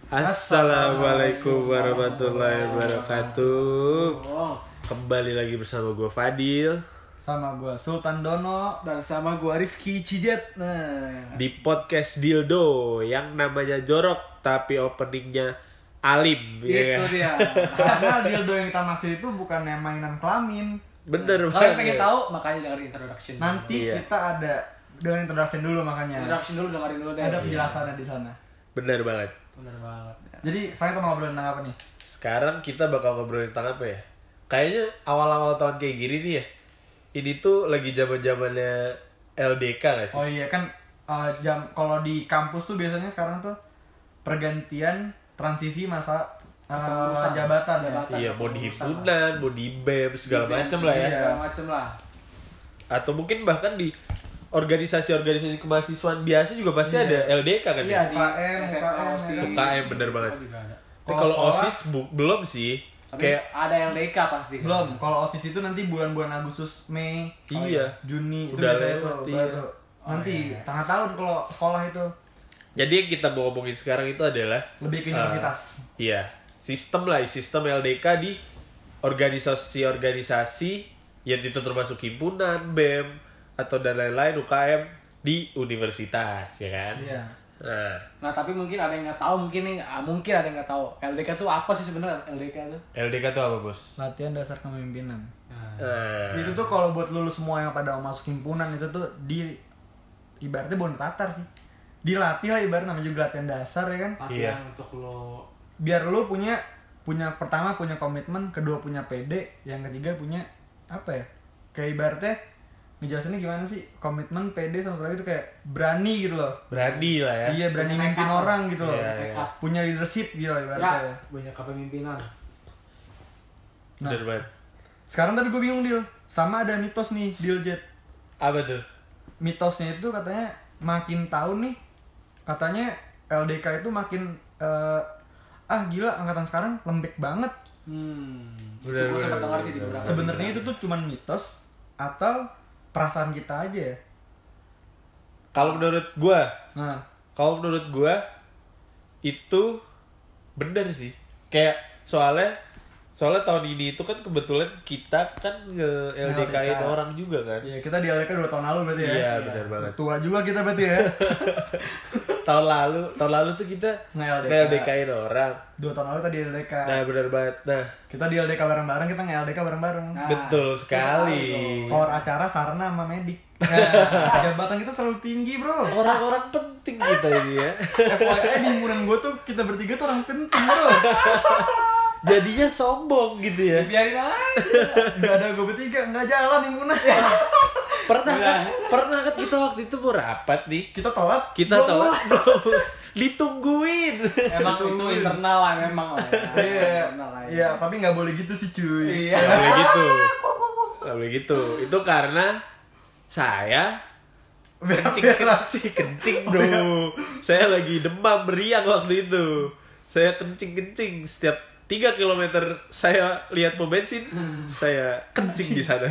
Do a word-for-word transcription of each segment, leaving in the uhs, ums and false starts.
Assalamualaikum warahmatullahi wabarakatuh. Kembali lagi bersama gue Fadil, sama gue Sultan Dono, dan sama gue Rifki Cijet. Nah, di podcast Dildo yang namanya jorok tapi openingnya alim. Itu ya kan? dia. Karena dildo yang kita maksud itu bukan yang mainan kelamin. Bener nah, kalian banget. pengen tahu makanya dengerin introduction. Nanti Iya. kita ada dengan introduction dulu makanya. Introduction dulu, dengerin dulu deh. Ada penjelasannya di sana. Bener banget. Bener banget. Jadi saya tuh mau ngobrolin tentang apa nih? Sekarang kita bakal ngobrolin tentang apa ya? Kayaknya awal-awal tahun kayak gini nih ya. Ini tuh lagi zaman-zamannya L D K gak sih? Oh iya kan uh, jam kalau di kampus tuh biasanya sekarang tuh pergantian transisi masa uh, Kepengurusan. jabatan ya. Jabatan. Iya, mau di himpunan, mau di B E M, segala macem lah ya. Iya. Segala macem lah. Atau mungkin bahkan di organisasi-organisasi kemahasiswaan biasa juga pasti Iya. ada L D K kan Iya ya? di U K M, S M A, U K M, OSIS. U K M bener banget. juga ada. Tapi Kalau kalau sekolah- OSIS bu- belum sih. Tapi Kayak ada yang L D K pasti. kan? Belum, kalau OSIS itu nanti bulan-bulan Agustus, Mei, Iya. Juni itu Udah biasanya lewat, tuh iya. baru. Oh, Nanti iya. tengah tahun kalau sekolah itu jadi yang kita mau ngomongin sekarang itu adalah lebih ke eh, universitas. iya, sistem lah, sistem L D K di organisasi-organisasi yang itu termasuk himpunan, B E M atau dan lain-lain, U K M di universitas, ya kan? Iya. Nah, Nah tapi mungkin ada yang nggak tahu, mungkin nih ah, mungkin ada yang nggak tahu L D K itu apa sih sebenarnya L D K itu? L D K itu apa, Bos? Latihan dasar kepemimpinan. Nah, Nah, Itu tuh kalau buat lulus semua yang pada mau masuk himpunan itu tuh di ibaratnya bon patar sih. Dilatih lah ibaratnya, namanya juga latihan dasar ya kan. Iya. latihan untuk lo. Biar lu punya punya pertama punya komitmen, kedua punya P D, yang ketiga punya apa ya? Kayak ibaratnya ngejelasinnya gimana sih? Komitmen, P D sama satu lagi tuh kayak berani gitu loh. berani lah ya. Iya, berani Punya mimpin nekat. orang gitu loh. Iya, iya. Punya leadership gitu loh ibaratnya. Ya, banyak kepemimpinan. Nah, Bener banget. sekarang tapi gue bingung Dil. Sama ada mitos nih, Dil Jet. Apa tuh? Mitosnya itu katanya makin tahun nih, katanya L D K itu makin eh, ah gila angkatan sekarang lembek banget. Hmm. Bener, Itu gue sempat bener, dengar sih di bener. beberapa. Sebenarnya itu tuh cuman mitos atau perasaan kita aja ya. Kalau menurut gua, Nah, kalau menurut gua itu bener sih. Kayak soalnya soalnya tahun ini itu kan kebetulan kita kan nge L D K-in L D K. orang juga kan. ya kita di L D K dua tahun lalu berarti ya. Iya, benar banget. Tua juga kita berarti ya. Tahun lalu, tahun lalu tuh kita Nge-L D K. nge-L D K-in orang. Dua tahun lalu tadi L D K. Nah, benar banget. Nah, Kita di L D K bareng-bareng, kita nge-L D K bareng-bareng. Nah, betul sekali. Core acara Sarna sama Medik. Nah, jabatan kita selalu tinggi, Bro. Orang-orang penting kita ini ya. F Y I di himpunan gue tuh kita bertiga tuh orang penting, Bro. Jadinya sombong gitu ya. Biarin aja. Gak ada gue bertiga, nggak jalan himpunan. Pernah kan, pernah kan kita waktu itu mau rapat nih. Kita telat. Kita belum telat mulai. belum ditungguin. Emang itu Ditungguin. internal lah memang lah. ya. Iya, Internal lah, ya. iya, tapi nggak boleh gitu sih, cuy. Iya. Gak boleh gitu. Gak boleh gitu. Itu karena saya kencing kencing kencing bro. Saya lagi demam meriang waktu itu. Saya kencing kencing setiap tiga kilometer saya lihat pom bensin, saya kencing di sana.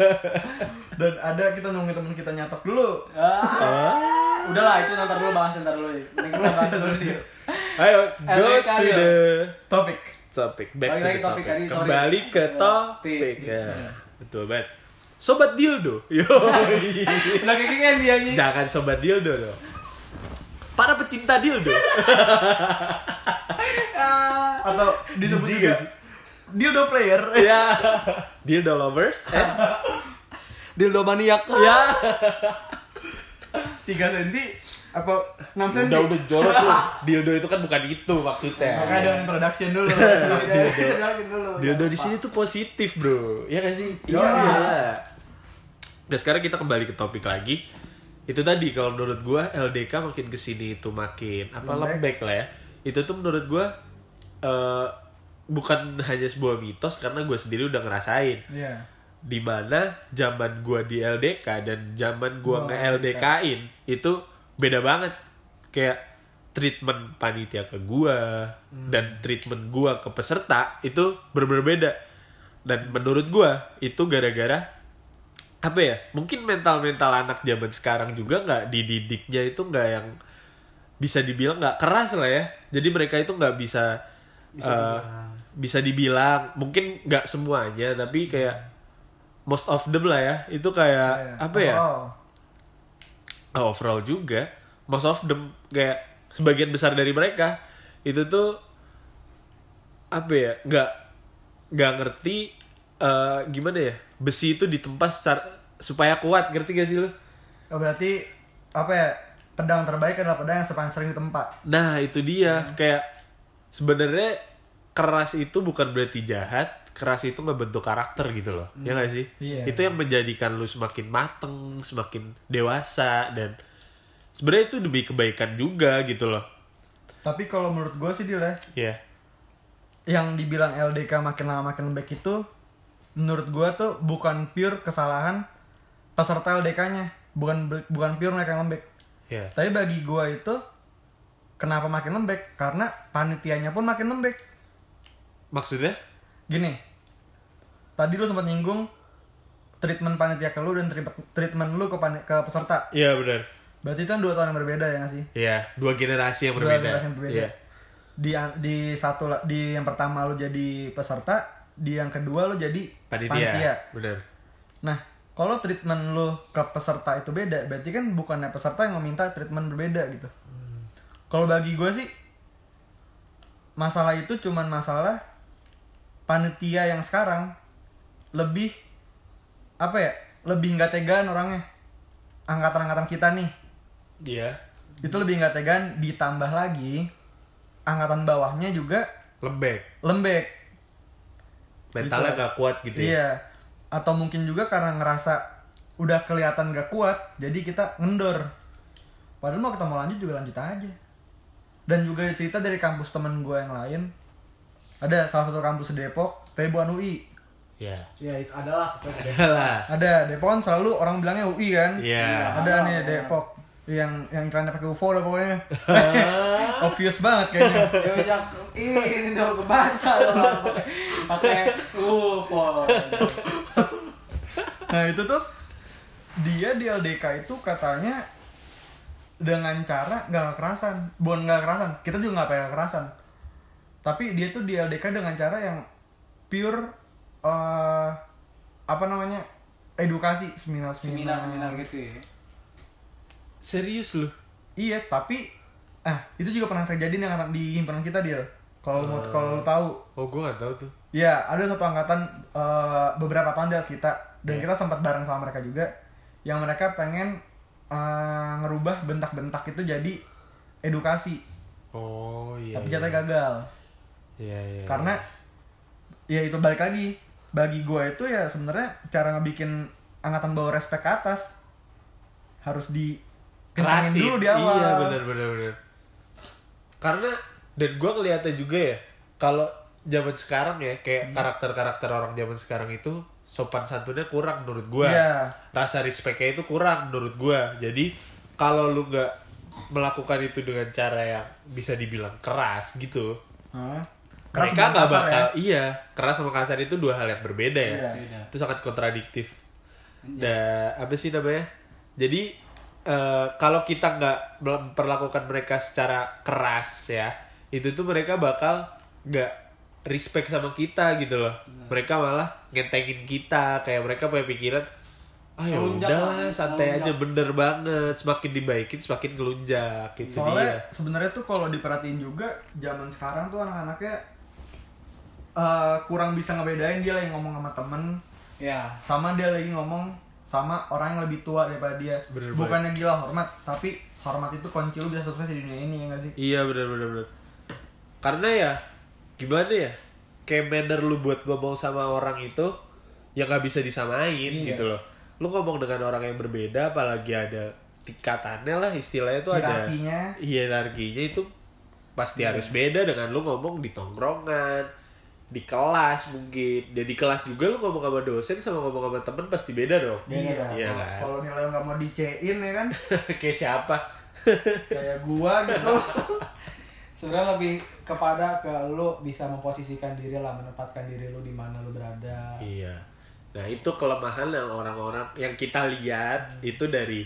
Dan ada kita nunggu temen kita nyatok dulu. Ah. Udahlah itu ntar dulu bahas ntar dulu. Ini kita bahas dulu dia. Ayo go L D K to dia. the Topik. topic. Back Balik to lagi the topik topic. tadi, sorry. Kembali ke Topik. topik. Ya, betul banget. Sobat dildo. Yo. Udah kekingan dia nih. Jangan sobat dildo dong. Para pecinta dildo. Atau disebut Jijik juga gak sih? dildo player. Ya. Dildo lovers. Eh. Dildo maniak. Ya. tiga senti apa enam senti? Udah udah jorok tuh. Dildo itu kan bukan itu maksudnya. Makanya ada introduction dulu. dulu. Dildo di sini tuh positif, Bro. Iya kan sih? Iya. Nah, sekarang kita kembali ke topik lagi. Itu tadi kalau menurut gua L D K makin kesini itu makin apa Lembek. lembek lah ya. Itu tuh menurut gua eh, bukan hanya sebuah mitos karena gua sendiri udah ngerasain. Iya. Dimana zaman gua di L D K dan zaman gua Gua nge-L D K-in itu beda banget. Kayak treatment panitia ke gua Hmm. dan treatment gua ke peserta itu berbeda. Dan menurut gua itu gara-gara apa ya? Mungkin mental-mental anak zaman sekarang juga nggak dididiknya itu nggak yang bisa dibilang nggak keras lah ya. Jadi mereka itu nggak bisa Bisa uh, dibilang. bisa dibilang mungkin nggak semuanya tapi kayak most of them lah ya. Itu kayak Iya. apa ya? Oh, Oh, overall juga most of them kayak sebagian besar dari mereka itu tuh apa ya nggak nggak ngerti uh, gimana ya besi itu ditempa secara supaya kuat, ngerti gak sih lu? oh, berarti apa ya? Pedang terbaik adalah pedang yang paling sering ditempa. Nah itu dia kayak sebenarnya keras itu bukan berarti jahat, keras itu ngebentuk karakter gitu loh, ya nggak sih? Iya. Itu yang menjadikan lu semakin mateng, semakin dewasa dan sebenarnya itu demi kebaikan juga gitu loh. Tapi kalau menurut gue sih dia Ya. yang dibilang L D K makin lama makin lembek itu menurut gue tuh bukan pure kesalahan peserta L D K-nya, bukan bukan pure mereka yang lembek. Ya. Tapi bagi gue itu kenapa makin lembek? Karena panitianya pun makin lembek. Maksudnya? Gini, tadi lu sempat nyinggung treatment panitia ke lu dan treatment treatment lu ke pani- ke peserta. Iya benar. Berarti itu kan dua tahun yang berbeda ya nggak sih? Iya, dua generasi yang Dua berbeda. generasi yang berbeda. Iya. Di di satu la- di yang pertama lu jadi peserta, di yang kedua lu jadi Panitia. Benar. Nah, kalau treatment lu ke peserta itu beda, berarti kan bukannya peserta yang meminta treatment berbeda gitu. Hmm. Kalau bagi gue sih masalah itu cuman masalah panitia yang sekarang lebih apa ya? Lebih nggak tegaan orangnya. Angkatan-angkatan kita nih. Iya. Itu lebih nggak tegaan, ditambah lagi angkatan bawahnya juga Lembek. lembek. Mentalnya Gitu. nggak kuat gitu ya. Iya. Atau mungkin juga karena ngerasa udah kelihatan gak kuat, jadi kita ngendor. Padahal mau kita mau lanjut juga lanjut aja. Dan juga cerita dari kampus temen gue yang lain. Ada salah satu kampus di Depok, Tebuan U I. Iya. Ya itu adalah pokoknya. Lah. Ada Depok kan selalu orang bilangnya U I kan. Iya. Ada Ada, nih ada. Depok yang yang iklannya pakai U F O lah pokoknya. Obvious banget kayaknya. Ya banyak ini dong kebaca loh pakai pakai uh po. Nah itu tuh dia di L D K itu katanya dengan cara nggak kekerasan, bukan nggak kekerasan, kita juga nggak pakai kekerasan. Tapi dia tuh di L D K dengan cara yang pure eh apa namanya edukasi seminar Seminar seminar gitu ya. Serius lu? Iya tapi ah itu juga pernah terjadi nih angkatan di himpunan kita dia. Kalau mau kalau lu tahu, Oh gue nggak tahu tuh. ya ada satu angkatan eh, beberapa tahun di atas kita dan Iya. kita sempat bareng sama mereka juga yang mereka pengen eh, ngerubah bentak-bentak itu jadi edukasi Oh iya. tapi iya. jatuhnya gagal Iya iya. karena ya itu balik lagi bagi gue itu ya sebenarnya cara ngebikin angkatan bawah respect ke atas harus di kencangin kerasin dulu di awal. Iya benar benar benar. Karena dan gue ngeliatnya juga ya kalau zaman sekarang ya kayak karakter-karakter orang zaman sekarang itu sopan santunnya kurang menurut gue. Iya. Rasa respectnya itu kurang menurut gue. Jadi kalau lu nggak melakukan itu dengan cara yang bisa dibilang keras gitu, Hah? Keras mereka sama nggak kasar bakal ya? iya keras sama kasar itu dua hal yang berbeda ya. Iya. Beda. Itu sangat kontradiktif. Dan apa sih namanya? Jadi eh, kalau kita nggak memperlakukan mereka secara keras ya, itu tuh mereka bakal nggak respect sama kita gitu loh. Mereka malah ngentengin kita, kayak mereka punya pikiran, ah ya Ngelunjak udahlah lah, santai aja, ngelunjak. bener banget. Semakin dibaikin semakin ngelunjak gitu Soalnya dia. sebenarnya tuh kalau diperhatiin juga zaman sekarang tuh anak-anaknya eh, kurang bisa ngebedain dia lagi ngomong sama temen Ya. sama dia lagi ngomong sama orang yang lebih tua daripada dia. Bener Bukannya gila hormat, tapi hormat itu kunci lu bisa sukses di dunia ini ya nggak sih? Iya bener bener bener. Karena ya gimana ya, kayak manner lu buat ngomong sama orang itu yang nggak bisa disamain Iya. gitu loh. Lu ngomong dengan orang yang berbeda, apalagi ada tingkatannya lah istilahnya tuh ada Hierarkinya. hierarkinya itu pasti Iya. harus beda dengan lu ngomong di tongkrongan, di kelas mungkin. Ya di kelas juga lu ngomong sama dosen sama ngomong sama temen pasti beda dong. Iya. Iya kalau- kan. Kalau nilai lu nggak mau dicein ya kan, Kayak siapa? kayak gua gitu. Sebenarnya lebih kepada ke lu bisa memposisikan diri lah, menempatkan diri lu di mana lu berada. Iya. Nah itu kelemahan yang orang-orang yang kita lihat itu dari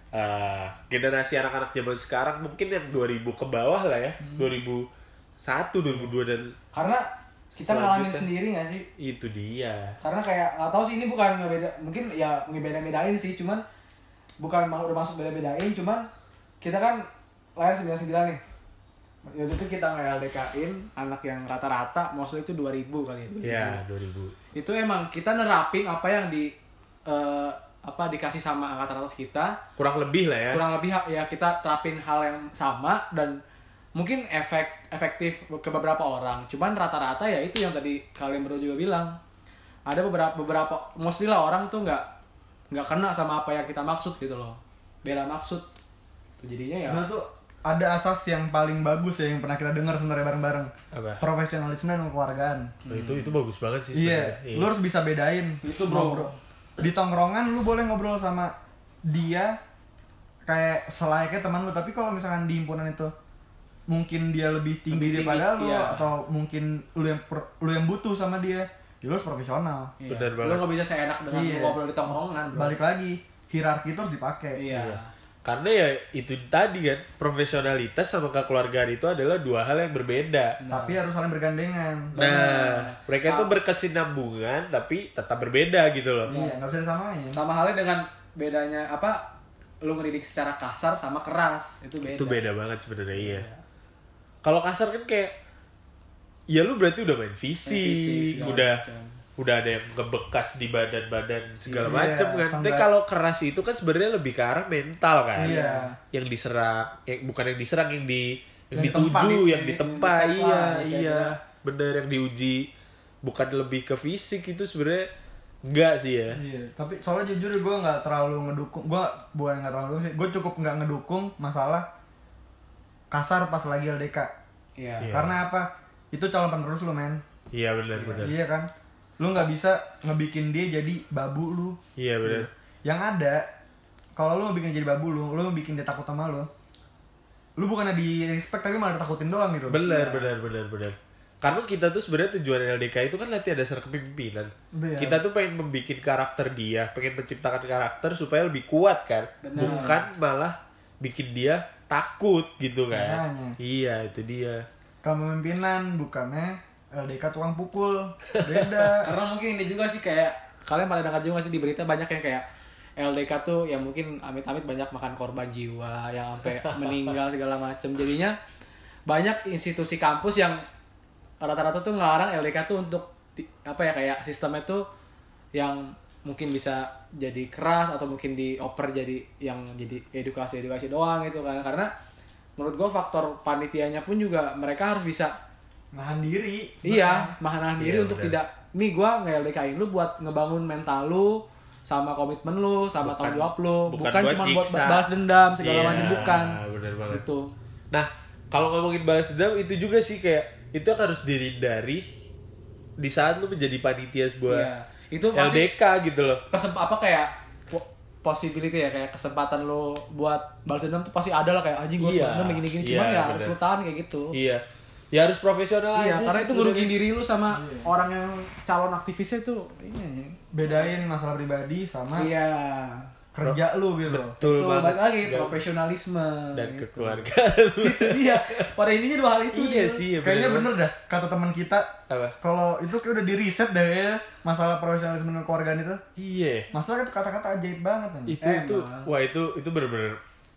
uh, generasi anak-anak zaman sekarang mungkin yang dua ribu ke bawah lah ya. Hmm. dua ribu satu, dua ribu dua dan karena kita ngalamin sendiri gak sih? Itu dia. Karena kayak nggak tahu sih ini bukan ngebeda, mungkin ya ngebeda-bedain sih, cuman bukan udah masuk beda-bedain, cuman kita kan lahir sembilan puluh sembilan nih. Waktu itu kita nge-L D K-in anak yang rata-rata mostly itu dua ribu kali ya. Iya, dua ribu. Itu emang kita nerapin apa yang di uh, apa dikasih sama angkatan atas kita. Kurang lebih lah ya. Kurang lebih ya kita terapin hal yang sama dan mungkin efek efektif ke beberapa orang. Cuman rata-rata ya itu yang tadi kalian berdua juga bilang. Ada beberapa beberapa mostly lah orang tuh nggak nggak kena sama apa yang kita maksud gitu loh. Beda maksud. Tuh jadinya ya. Nah tuh ada asas yang paling bagus ya yang pernah kita dengar sebenarnya bareng-bareng. Apa? Profesionalisme dan kekeluargaan. Oh, itu itu bagus banget sih Iya, sebenarnya. lu harus bisa bedain. Itu bro. Ngobrol. Di tongkrongan lu boleh ngobrol sama dia kayak selayaknya teman lu, tapi kalau misalkan di himpunan itu mungkin dia lebih tinggi Lebih daripada tinggi, lu iya. atau mungkin lu yang per- lu yang butuh sama dia, ya lu harus profesional. Iya. Benar banget. Lu nggak bisa seenak dengan Iya. lu ngobrol di tongkrongan bro. Balik lagi, hierarki itu harus dipakai. Iya. Iya. Karena ya itu tadi kan, profesionalitas sama kekeluargaan itu adalah dua hal yang berbeda. Tapi harus saling bergandengan. Nah, mereka itu Sama- berkesinambungan tapi tetap berbeda gitu loh. Iya, nggak bisa disamain. Sama halnya dengan bedanya apa? Lu ngedidik secara kasar sama keras itu beda. Itu beda banget sebenarnya, iya. Kalau kasar kan kayak ya lu berarti udah main fisik, Main fisik, segala udah macam. udah ada yang ngebekas di badan-badan segala Iya, macem kan. Tapi sampai- kalau keras itu kan sebenarnya lebih ke arah mental kan. Iya. Yang diserang, yang bukan yang diserang, yang di yang, Yang dituju, ditempa, yang di- ditempa, yang dites iya, lah, kayak iya. gitu. Bener yang diuji, bukan lebih ke fisik itu sebenarnya enggak sih ya. Iya, tapi soalnya jujur gue nggak terlalu ngedukung, gue bukan nggak terlalu sih, gue cukup nggak ngedukung masalah kasar pas lagi L D K. Iya. Iya. Karena apa? Itu calon penerus lu men. Iya benar benar. Iya kan? Lu nggak bisa ngebikin dia jadi babu lu. Iya benar. Yang ada, kalau lu ngebikin jadi babu lu, lu bikin dia takut sama lu. Lu bukannya di respect tapi malah ditakutin doang gitu. Benar Iya. benar benar benar. Karena kita tuh sebenarnya tujuan L D K itu kan latihan dasar kepemimpinan. Iya. Kita tuh pengen membuat karakter dia, pengen menciptakan karakter supaya lebih kuat kan. Benar. Bukan malah bikin dia takut gitu kan. Makanya. Iya, itu dia. Kepemimpinan bukannya L D K tukang pukul. Beda. Karena mungkin ini juga sih kayak kalian pada dengar juga sih di berita banyak yang kayak L D K tuh yang mungkin amit-amit banyak makan korban jiwa yang sampai meninggal segala macem. Jadinya banyak institusi kampus yang rata-rata tuh ngelarang L D K tuh untuk di, apa ya kayak sistemnya tuh yang mungkin bisa jadi keras atau mungkin dioper jadi yang jadi edukasi-edukasi doang gitu kan. Karena menurut gua faktor panitianya pun juga mereka harus bisa Nahan diri. iya, nahan diri Iya, untuk bener. tidak nih gua nge-L D K-in lu buat ngebangun mental lu sama komitmen lu sama Bukan- tanggung jawab lu, bukan bukan, buat cuma buat nyiksa. balas dendam segala Iya, macam bukan. bener banget. Gitu. Nah, kalau ngomongin balas dendam itu juga sih kayak itu yang harus dihindari di saat lu menjadi panitia sebuah Iya. Itu L D pasti K gitu loh. kesem apa kayak po- possibility ya kayak kesempatan lu buat balas dendam tuh pasti ada lah kayak anjing gua Iya, sebenarnya begini-gini iya, cuman ya harus bener. lu tahan kayak gitu. Iya. Ya harus profesional Iya, aja karena sih itu sebenarnya. ngerugiin diri lu sama orang yang calon aktivisnya tuh ini. Bedain masalah pribadi sama Iya. kerja lu gitu. Betul Tuh, banget. balik lagi Gak- profesionalisme dan gitu. kekeluargaan. Itu dia. Pada intinya dua hal itu. Iya gitu. sih. ya Kayaknya bener dah kata teman kita. Apa? Kalau itu kayak udah di riset dah ya masalah profesionalisme dan keluargaan itu. Iya. Masalah itu kata-kata ajaib banget nih. Itu Emang. itu wah itu itu bener-bener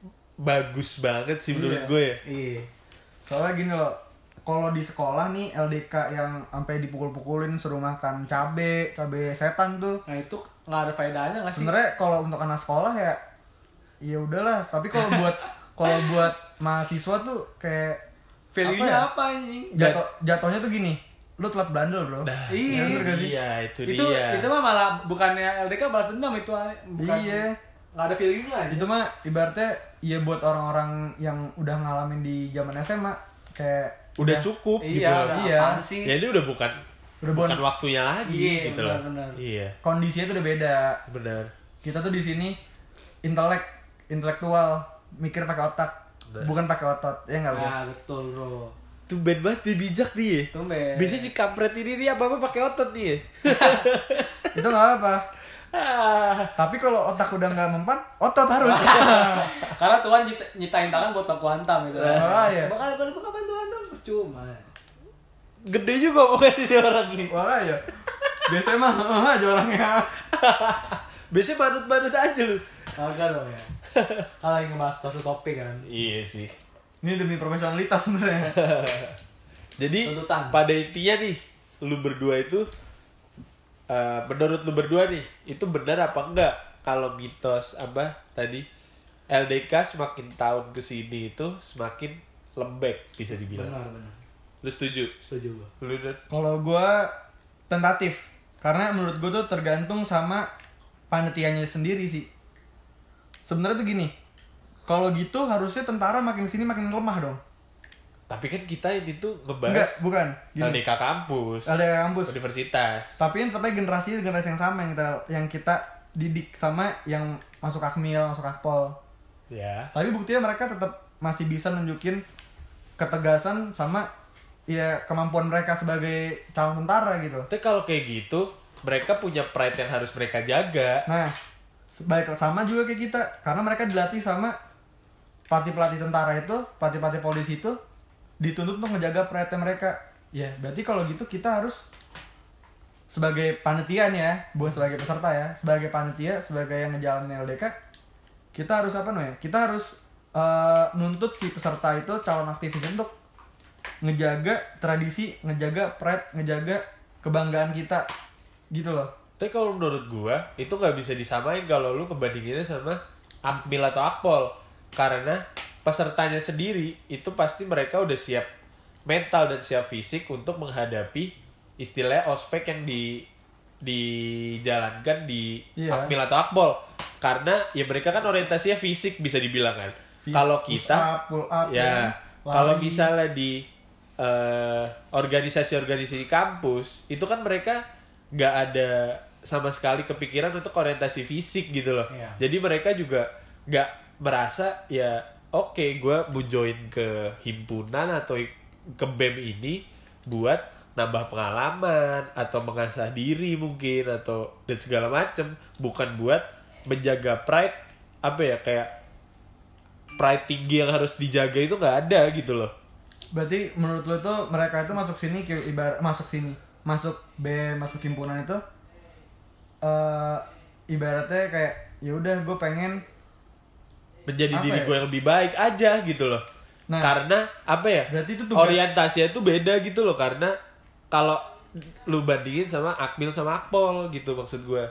bagus banget sih menurut Iya. gue ya. Iya. Soalnya gini loh, kalau di sekolah nih L D K yang sampai dipukul-pukulin suruh makan cabe, cabe setan tuh. Nah itu nggak ada faedahnya nggak sih? Sebenarnya kalau untuk anak sekolah ya ya udahlah, tapi kalau buat kalau buat mahasiswa tuh kayak Value-nya ya? apa anjing? Jatuh jatuhnya tuh gini, lu telat bandel, Bro. Nah, Iya, bener gak sih? Iya, itu, Itu dia. itu mah malah bukannya L D K balas dendam itu bukan. Iya. Nggak ada value-nya aja. Itu mah ibaratnya ya buat orang-orang yang udah ngalamin di zaman S M A kayak udah cukup gitu. Iya, udah Iya. apaan sih? Ya ini udah bukan Udah bukan bukan- waktunya lagi Iya, gitu loh. benar-benar. Iya, kondisinya tuh udah beda. benar. Kita tuh di sini intelek, intelektual, mikir pakai otak, Bener. bukan pakai otot. Ya enggak, Bro? Nah, betul, Bro. Tumben banget dia bijak dia. Tumben. Biasanya si kampret ini dia apa-apa pakai otot nih. Itu enggak apa. Tapi kalau otak udah nggak mempan, otot harus. Karena Tuhan nyipta- nyiptain tangan buat baku hantam gitu. Oh, iya. Bakal kalau kapan Tuhan hantam percuma. Gede juga pokoknya ini orang ini. Wah ya. Biasanya mah heeh aja orangnya. Biasanya badut-badut aja lu. Agak dong ya. Kalau lagi ngebahas satu topik kan. Iya sih. Ini demi profesionalitas sebenarnya. Jadi Tuntutan. pada intinya nih, lu berdua itu uh, menurut lu berdua nih, itu benar apa enggak kalau mitos apa tadi L D K semakin tahun kesini itu semakin lembek bisa dibilang. Benar, benar. Lu setuju? Setuju gua. Lu dan Kalau gua tentatif, karena menurut gua tuh tergantung sama panitianya sendiri sih. Sebenarnya tuh gini, kalau gitu harusnya tentara makin sini makin lemah dong. tapi kan kita ini tuh Enggak, ngebahas bukan. L D Gini, K kampus, L D K kampus. universitas. Tapi yang tetapnya generasi generasi yang sama yang kita yang kita didik sama yang masuk Akmil, masuk Akpol. Ya. Tapi buktinya mereka tetap masih bisa nunjukin ketegasan sama ya kemampuan mereka sebagai calon tentara gitu. Tapi kalau kayak gitu, mereka punya pride yang harus mereka jaga. Nah, baik sama juga kayak kita, karena mereka dilatih sama pelatih-pelatih tentara itu, pelatih-pelatih polisi itu dituntut untuk menjaga pride mereka. Ya, berarti kalau gitu kita harus sebagai panitia nih ya, bukan sebagai peserta ya, sebagai panitia, sebagai yang ngejalanin L D K, kita harus apa namanya? Kita harus uh, nuntut si peserta itu, calon aktivis untuk ngejaga tradisi, ngejaga pride, ngejaga kebanggaan kita, gitu loh. Tapi kalau menurut gua, itu nggak bisa disamain kalau lu kebandinginnya sama Akmil atau Akpol. Karena pesertanya sendiri, itu pasti mereka udah siap mental dan siap fisik untuk menghadapi istilahnya ospek yang di dijalankan di Iya. Akmil atau Akpol. Karena ya mereka kan orientasinya fisik bisa dibilang kan. Fi- Kalau push kita up, pull up, ya, lari. kalau misalnya di eh, organisasi-organisasi kampus itu kan mereka nggak ada sama sekali kepikiran untuk orientasi fisik gitu loh. Iya. Jadi mereka juga nggak merasa ya oke okay, gue mau join ke himpunan atau ke B E M ini buat nambah pengalaman atau mengasah diri mungkin atau dan segala macem, bukan buat menjaga pride apa ya kayak pride tinggi yang harus dijaga itu nggak ada gitu loh. Berarti menurut lo tuh mereka itu masuk sini kayak ibarat masuk sini, masuk B, masuk himpunan itu eh ibaratnya kayak ya udah gue pengen Menjadi Apa diri ya? gue yang lebih baik aja gitu loh. Nah, Karena apa ya? berarti itu tugas- orientasinya itu beda gitu loh, karena kalau lu bandingin sama Akmil sama Akpol gitu maksud gue.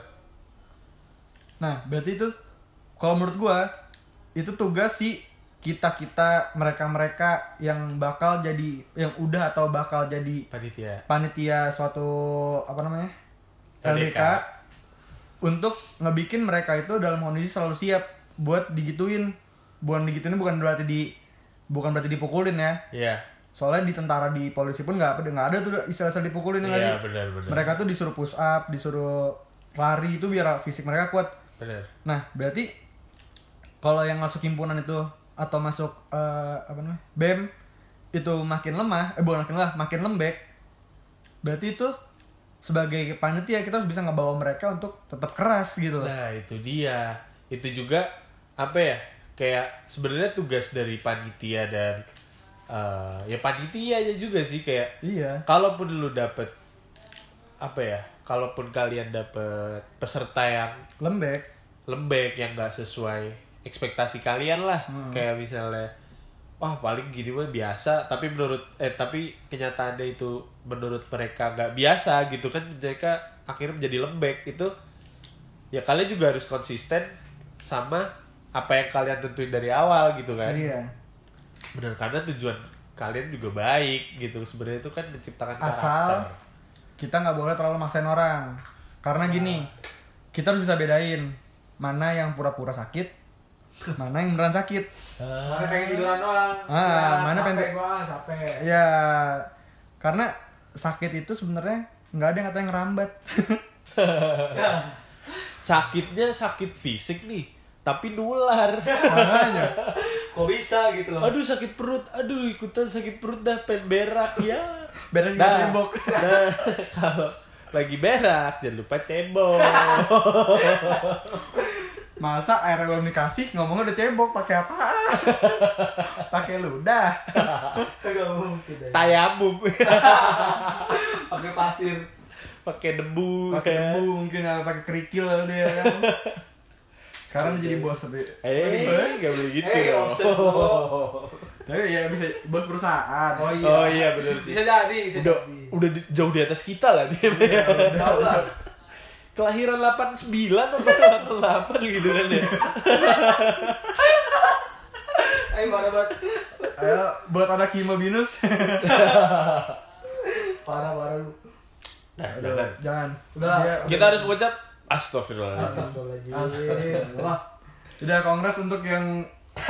Nah, berarti itu kalau menurut gua itu tugas si kita-kita mereka-mereka yang bakal jadi yang udah atau bakal jadi Panitia. panitia suatu apa namanya? L D K. L D K untuk ngebikin mereka itu dalam kondisi selalu siap buat digituin. Bukan digituin bukan berarti di bukan berarti dipukulin ya. Iya. Soalnya di tentara di polisi pun nggak nggak ada tuh istilah-istilah dipukulin ya nggak Iya, sih? benar-benar. Mereka tuh disuruh push up, disuruh lari itu biar fisik mereka kuat. Benar. Nah, berarti kalau yang masuk himpunan itu atau masuk eh, apa namanya? B E M itu makin lemah, eh bukan makin lemah, makin lembek. Berarti itu sebagai panitia kita harus bisa ngebawa mereka untuk tetap keras gitu loh. Nah, itu dia. Itu juga apa ya? Kayak sebenarnya tugas dari panitia dan eh, ya panitia aja juga sih kayak Iya. kalaupun lu dapet apa ya? Kalaupun kalian dapet peserta yang Lembek. lembek yang nggak sesuai ekspektasi kalian lah, Hmm. kayak misalnya wah paling gini mah biasa, tapi menurut eh tapi kenyataannya itu menurut mereka nggak biasa gitu kan, mereka akhirnya menjadi lembek. Itu ya kalian juga harus konsisten sama apa yang kalian tentuin dari awal gitu kan. Iya. Benar, karena tujuan kalian juga baik gitu sebenarnya, itu kan menciptakan Asal karakter. kita nggak boleh terlalu maksain orang. Karena gini, kita harus bisa bedain mana yang pura-pura sakit, mana yang beneran sakit. Mana pengen tiduran doang. Ah, Istirahat, mana capek pengen- gua, capek. Ya, karena sakit itu sebenarnya nggak ada yang katanya ngerambat. Sakitnya sakit fisik nih, tapi nular. Makanya. Kok bisa gitu loh. Aduh sakit perut, aduh ikutan sakit perut dah, pengen berak ya. Berak juga Nah, tembok. nah, kalau lagi berak, jangan lupa cebok. Masa air belum dikasih ngomongnya udah cebok, pakai apa? Pakai ludah. Enggak mungkin. Tayamum. Pakai pasir. Pakai debu. Pakai kan. debu mungkin, apa pakai kerikil dia kan. Sekarang dia jadi bos tapi. Eh, enggak boleh gitu. Eh, dong. offset, bro. Tapi ya bisa bos perusahaan. Oh iya. Oh iya benar sih. Bisa jadi, bisa Udah, jadi. udah di- jauh di atas kita lah dia. Tahu lah. Kelahiran delapan puluh sembilan atau delapan puluh delapan gitu kan ya. Ayo parah banget. Ayo buat anak Hima Binus. Parah parah lu. Nah, Udah, jangan. jangan. Udah. Dia- Kita harus mengucap astagfirullahaladzim. Astagfirullahaladzim. Wah. Udah kongres untuk yang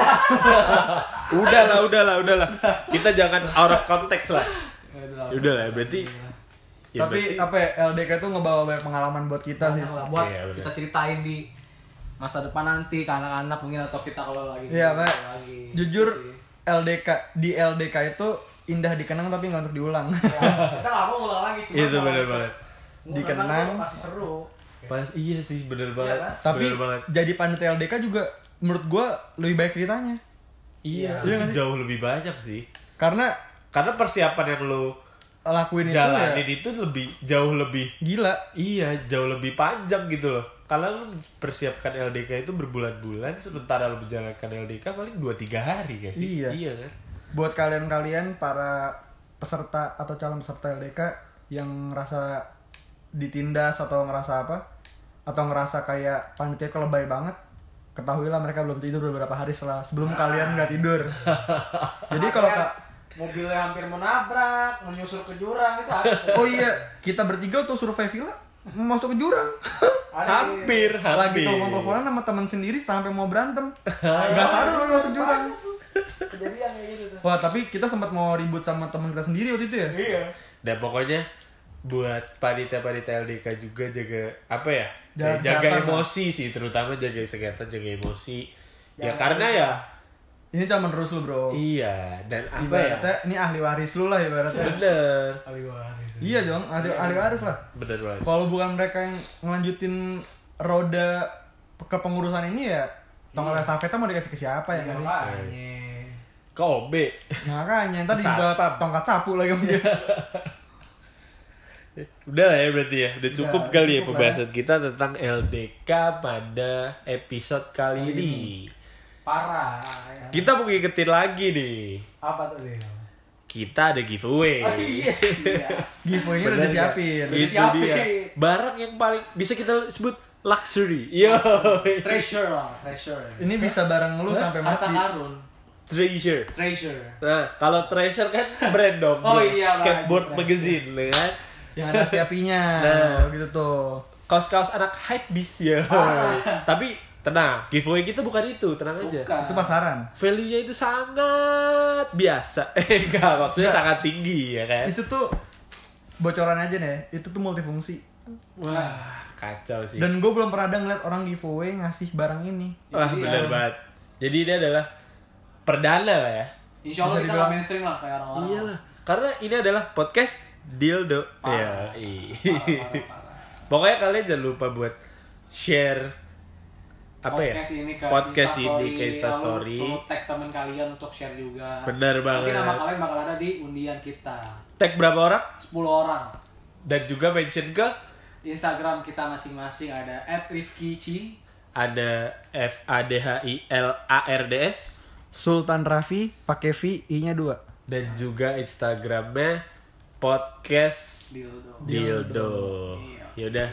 Udah lah, udah lah, udah lah. Kita jangan out of context lah. Udah lah, berarti. Ya, tapi berarti- apa ya, L D K itu ngebawa banyak pengalaman buat kita sih. Banyak lah, buat Oke, ya udah. kita ceritain di masa depan nanti ke anak-anak mungkin atau kita kalau lagi Iya, Pak. lagi. Jujur Gitu sih. L D K di L D K itu indah dikenang tapi nggak untuk diulang. Ya, kita nggak mau ngulang lagi cuma Itu kalau bener kita banget. ngulang Dikenang. tuh pasti seru. Pas iya sih, bener banget. kan? Tapi Bener banget. jadi panitia L D K juga menurut gua lebih baik ceritanya. Iya, Iya itu nggak sih? jauh lebih banyak sih. Karena Karena persiapan yang lo lakuin itu jalanin ya itu lebih jauh lebih gila. iya jauh lebih panjang gitu loh. Karena lo persiapkan L D K itu berbulan-bulan, sementara lo menjalankan L D K paling dua tiga hari gak sih? Iya. Iya kan? Buat kalian-kalian para peserta atau calon peserta L D K yang ngerasa ditindas atau ngerasa apa? Atau ngerasa kayak panitia kok lebay banget, ketahuilah mereka belum tidur beberapa hari setelah sebelum kalian nggak tidur. Jadi kalau ka- mobilnya hampir menabrak, menyusur ke jurang itu ada. oh iya, kita bertiga tuh survei villa masuk ke jurang. Ada Hampir, Lagi hampir. telepon-teleponan sama teman sendiri sampai mau berantem. Nggak sadar lo masuk jurang. kejadian kayak gitu tuh. Wah, tapi kita sempat mau ribut sama teman kita sendiri waktu itu ya. Iya. Dan pokoknya buat panitia-panitia L D K juga jaga apa ya? Jaga Ya, jaga kesehatan, emosi sih, terutama jaga kesehatan, jaga emosi. Ya Jangan karena lupa. ya Ini cuma menerus lu, Bro. iya, dan apa ya? Ibaratnya ini ahli waris lu lah ibaratnya. Bener. Kali waris. Iya dong, ahli, ahli waris lah. Bener banget. Kalau bukan mereka yang ngelanjutin roda kepengurusan ini ya, tongkat estafeta mau dikasih ke siapa ya nggak sih? Makanya. Ke O B. Ya, makanya ntar dibuat Satpam. tongkat sapu lagi sama dia. Udah lah ya berarti ya. Udah cukup Udah, kali ya cukup pembahasan kita tentang L D K pada episode kali Kali ini. Parah. Ya. Kita mau ngingetin lagi nih. Apa tuh dia? Kita ada giveaway. Oh iya sih. Ya. Giveaway-nya udah Bener disiapin. Udah Itu disiapin. dia. Barang yang paling bisa kita sebut luxury. Yo. Treasure lah, treasure. Ini bisa bareng lu sampai Harta mati. karun. Treasure. Treasure. Nah, kalau treasure kan brand dong. Oh bro. iya, Pak. Skateboard Treasure. magazine, ya kan? Yang ada api-apinya. Nah. gitu tuh. Kaos-kaos anak hype bis ya. Tapi tenang, giveaway kita bukan itu, tenang aja. Bukan. Itu pasaran. Value-nya itu sangat biasa. Eh enggak, maksudnya Enggak. sangat tinggi ya kan. Itu tuh bocoran aja nih, itu tuh multifungsi. Wah, kacau sih. Dan gue belum pernah ada ngeliat orang giveaway ngasih barang ini. Wah, Iya. benar banget. Jadi ini adalah perdana lah ya. Insya Allah Bisa kita dibilang- nggak mainstream lah kayak orang-orang. Iyalah, karena ini adalah podcast Dildo. Parah. Ya, iya. Parah, parah, parah. Pokoknya kalian jangan lupa buat share apa Podcast ya? ini ke podcast Insta ini ke Insta lalu Story. suruh tag teman kalian untuk share juga. Benar Mungkin banget. nama kalian bakal ada di undian kita. Tag berapa orang? sepuluh orang. Dan juga mention ke Instagram kita masing-masing ada at rifkici. ada F A D H I L A R D S Sultan Raffi pakai V, I-nya dua. dan juga Instagramnya podcast Dildo. Dildo. Iya. Yaudah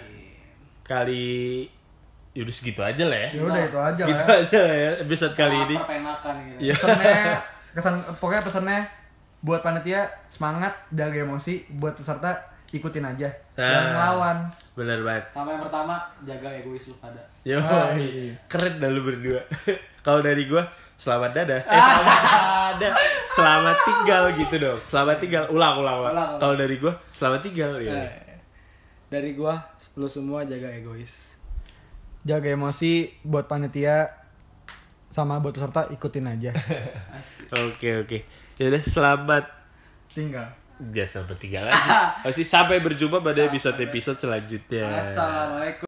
kali yaudah segitu aja lah ya. Ya udah itu aja Segitu lah. Ya. aja lah ya episode kali ini. Lapar, pengen makan gitu. Iya. Pesannya, kesan pokoknya pesannya buat panitia semangat, jaga emosi, buat peserta ikutin aja. Jangan Nah. ngelawan. Bener banget. Sama yang pertama, jaga egois lu pada. Yo, Ah, iya. keren dah lu berdua. Kalau dari gua, selamat dadah. Eh, selamat dadah. Selamat tinggal gitu dong. Selamat tinggal. Ulang, ulang, ulang. Ulang, ulang. Kalau dari gua, selamat tinggal. Ya. Eh, Dari gua, lu semua jaga egois. Jaga emosi buat panitia sama buat peserta ikutin aja. Asik. Oke, oke. Yaudah, selamat Tinggal. Jangan sampai tinggal lagi. Masih sampai berjumpa pada Sampai. episode-episode selanjutnya. Assalamualaikum.